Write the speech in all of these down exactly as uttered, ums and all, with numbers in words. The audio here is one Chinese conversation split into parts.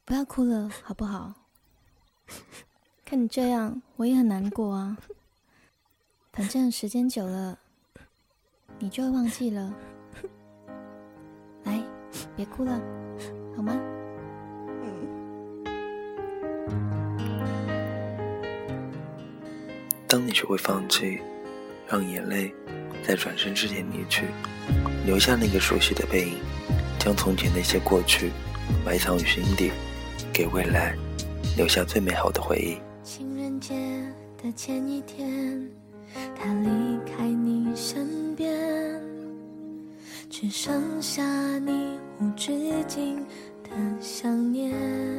不要哭了好不好？看你这样我也很难过啊，反正时间久了你就会忘记了。来，别哭了好吗？ 当你学会放弃，让眼泪在转身之前离去，留下那个熟悉的背影，将从前那些过去埋藏于心底，给未来留下最美好的回忆。 情人节的前一天，他离开你身边，只剩下你无止境的想念。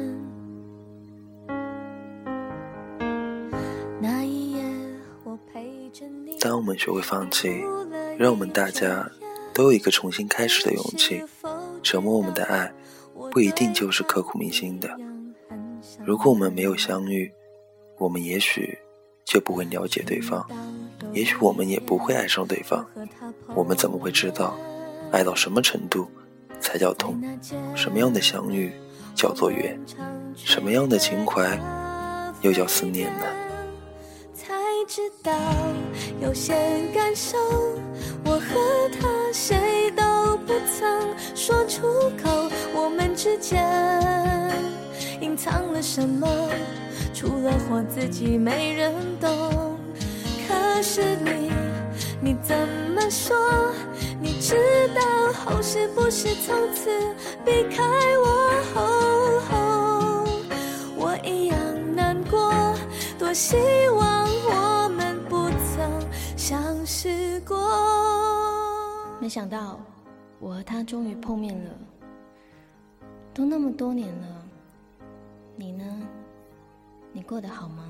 那一夜我陪着你， 当我们学会放弃，让我们大家都有一个重新开始的勇气。折磨我们的爱不一定就是刻骨铭心的，如果我们没有相遇，我们也许就不会了解对方，也许我们也不会爱上对方。我们怎么会知道爱到什么程度才叫痛？什么样的相遇叫做缘？什么样的情怀又叫思念呢？ 才知道有些感受，我和他谁都不曾说出口，我们之间隐藏了什么，除了我自己没人懂。可是你你怎么说？你知道后是不是从此避开我后后我一样难过，多希望我们不曾相识过。没想到我和他终于碰面了，都那么多年了，你呢？你过得好吗？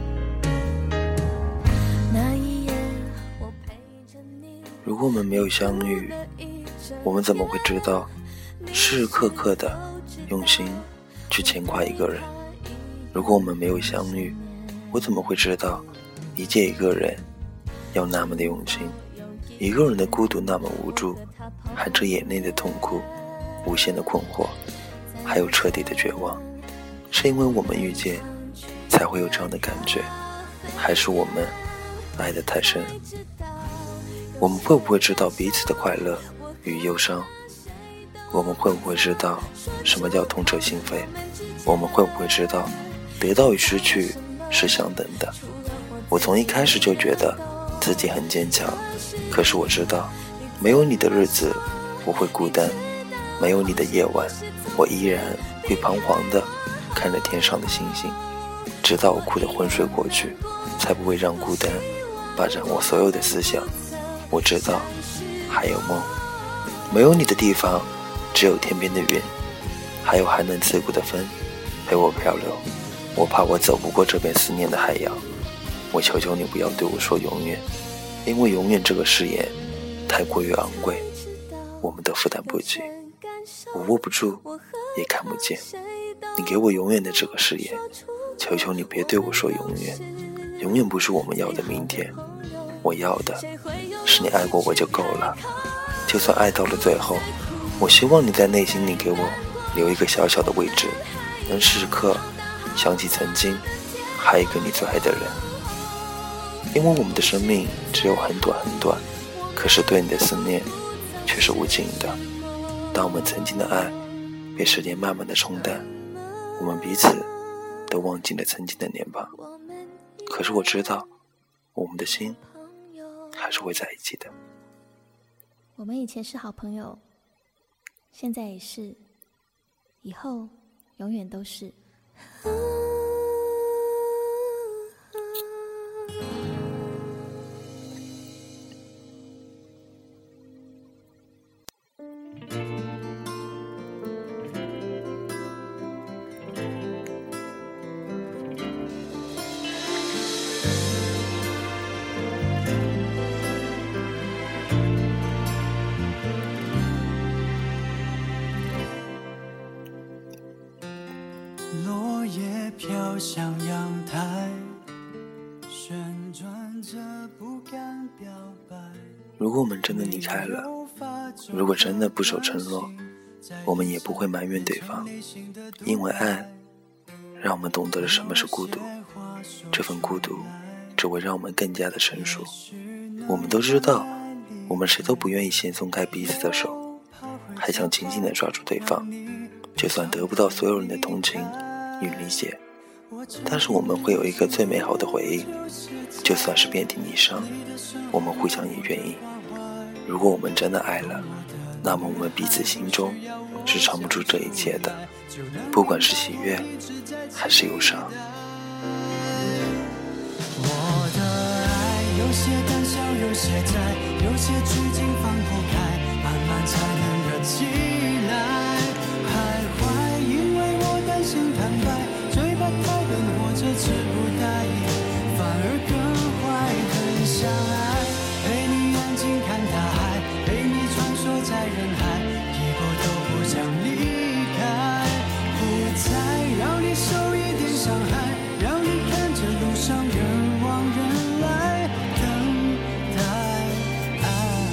那一夜我陪着你， 如果我们没有相遇，我们怎么会知道时时刻刻的用心去牵挂一个人？如果我们没有相遇，我怎么会知道理解一个人要那么的用心？一个人的孤独那么无助，含着眼泪的痛苦，无限的困惑，还有彻底的绝望。是因为我们遇见才会有这样的感觉，还是我们爱得太深？我们会不会知道彼此的快乐与忧伤？我们会不会知道什么叫痛彻心扉？我们会不会知道得到与失去是相等的？我从一开始就觉得自己很坚强，可是我知道没有你的日子我会孤单，没有你的夜晚我依然会彷徨地看着天上的星星，直到我哭得昏睡过去，才不会让孤单霸占我所有的思想。我知道还有梦，没有你的地方只有天边的云，还有寒冷刺骨的风陪我漂流。我怕我走不过这片思念的海洋，我求求你不要对我说永远，因为永远这个誓言太过于昂贵，我们都负担不起，我握不住也看不见。你给我永远的这个誓言，求求你别对我说永远，永远不是我们要的明天，我要的是你爱过我就够了。就算爱到了最后，我希望你在内心里给我留一个小小的位置，能时刻想起曾经还有一个你最爱的人。因为我们的生命只有很短很短，可是对你的思念却是无尽的。当我们曾经的爱被时间慢慢的冲淡，我们彼此都忘记了曾经的年华，可是我知道我们的心还是会在一起的。 我们以前是好朋友，现在也是，以后永远都是。 落叶飘向阳台，旋转着不敢表白。 如果我们真的离开了，如果真的不守承诺， 我们也不会埋怨对方，因为爱让我们懂得了什么是孤独，这份孤独只会让我们更加的成熟。我们都知道，我们谁都不愿意先松开彼此的手，还想紧紧地抓住对方，就算得不到所有人的同情与理解，但是我们会有一个最美好的回忆，就算是遍体鳞伤，我们互相也愿意。如果我们真的爱了，那么我们彼此心中是藏不住这一切的，不管是喜悦还是忧伤。 我的爱有些胆小，有些窄，有些拘谨放不开，慢慢才能热起来。徘徊，因为我担心坦白，嘴巴太笨或者词不达意，反而更坏。很相爱，陪你安静看大海，陪你穿梭在人海，一步都不想离开，不再让你受一点伤害，让你看着路上人往人来，等待爱。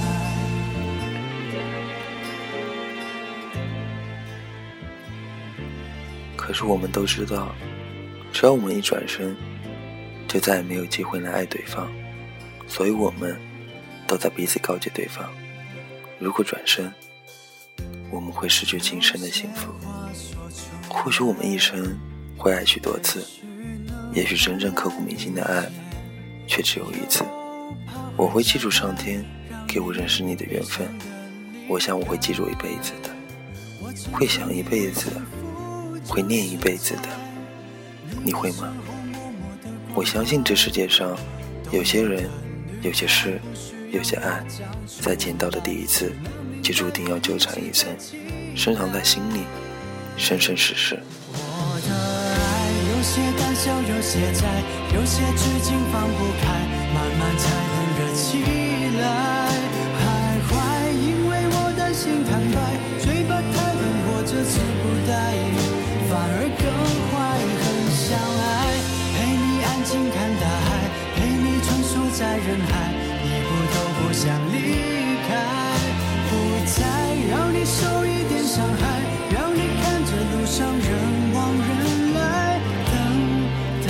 可是我们都知道，只要我们一转身，就再也没有机会来爱对方，所以我们都在彼此告诫对方，如果转身，我们会失去今生的幸福。或许我们一生会爱许多次，也许真正刻骨铭心的爱却只有一次。我会记住上天给我认识你的缘分，我想我会记住一辈子的，会想一辈子的，会念一辈子的。你会吗？我相信这世界上有些人，有些事，有些爱，在见到的第一次就注定要纠缠一生，深藏在心里，生生世世。 我的爱有些胆小，有些窄，有些拘谨放不开，慢慢才能热起来。徘徊，因为我担心坦白，嘴巴太笨或者词不达意，反而更坏。很相爱，陪你安静看大海，陪你穿梭在人海，一步都不想离开，不再让你受一点伤害，让你看着路上人往人来，等待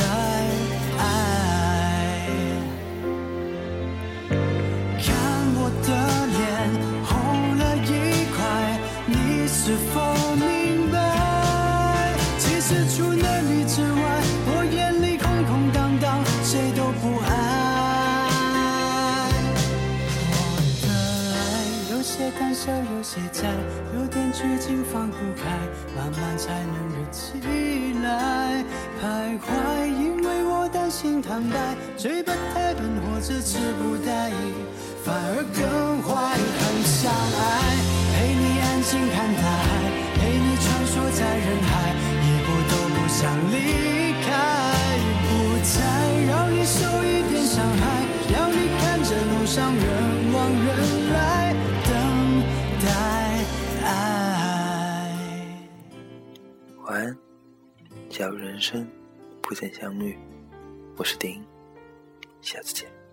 爱。看我的脸红了一块，你是否明白？其实除了你之外，我眼里空空荡荡，谁都不爱。我的爱有些胆小，有些窄，有点拘谨放不开，慢慢才能热起来。徘徊，因为我担心坦白，嘴巴太笨或者词不达意，反而更坏。很相爱，陪你安静看大海，陪你穿梭在人海，一步都不想离开，不再让你受一点伤害，让你看着路上人往人来，等待爱。 晚安，假如人生不曾相遇，我是丁，下次见。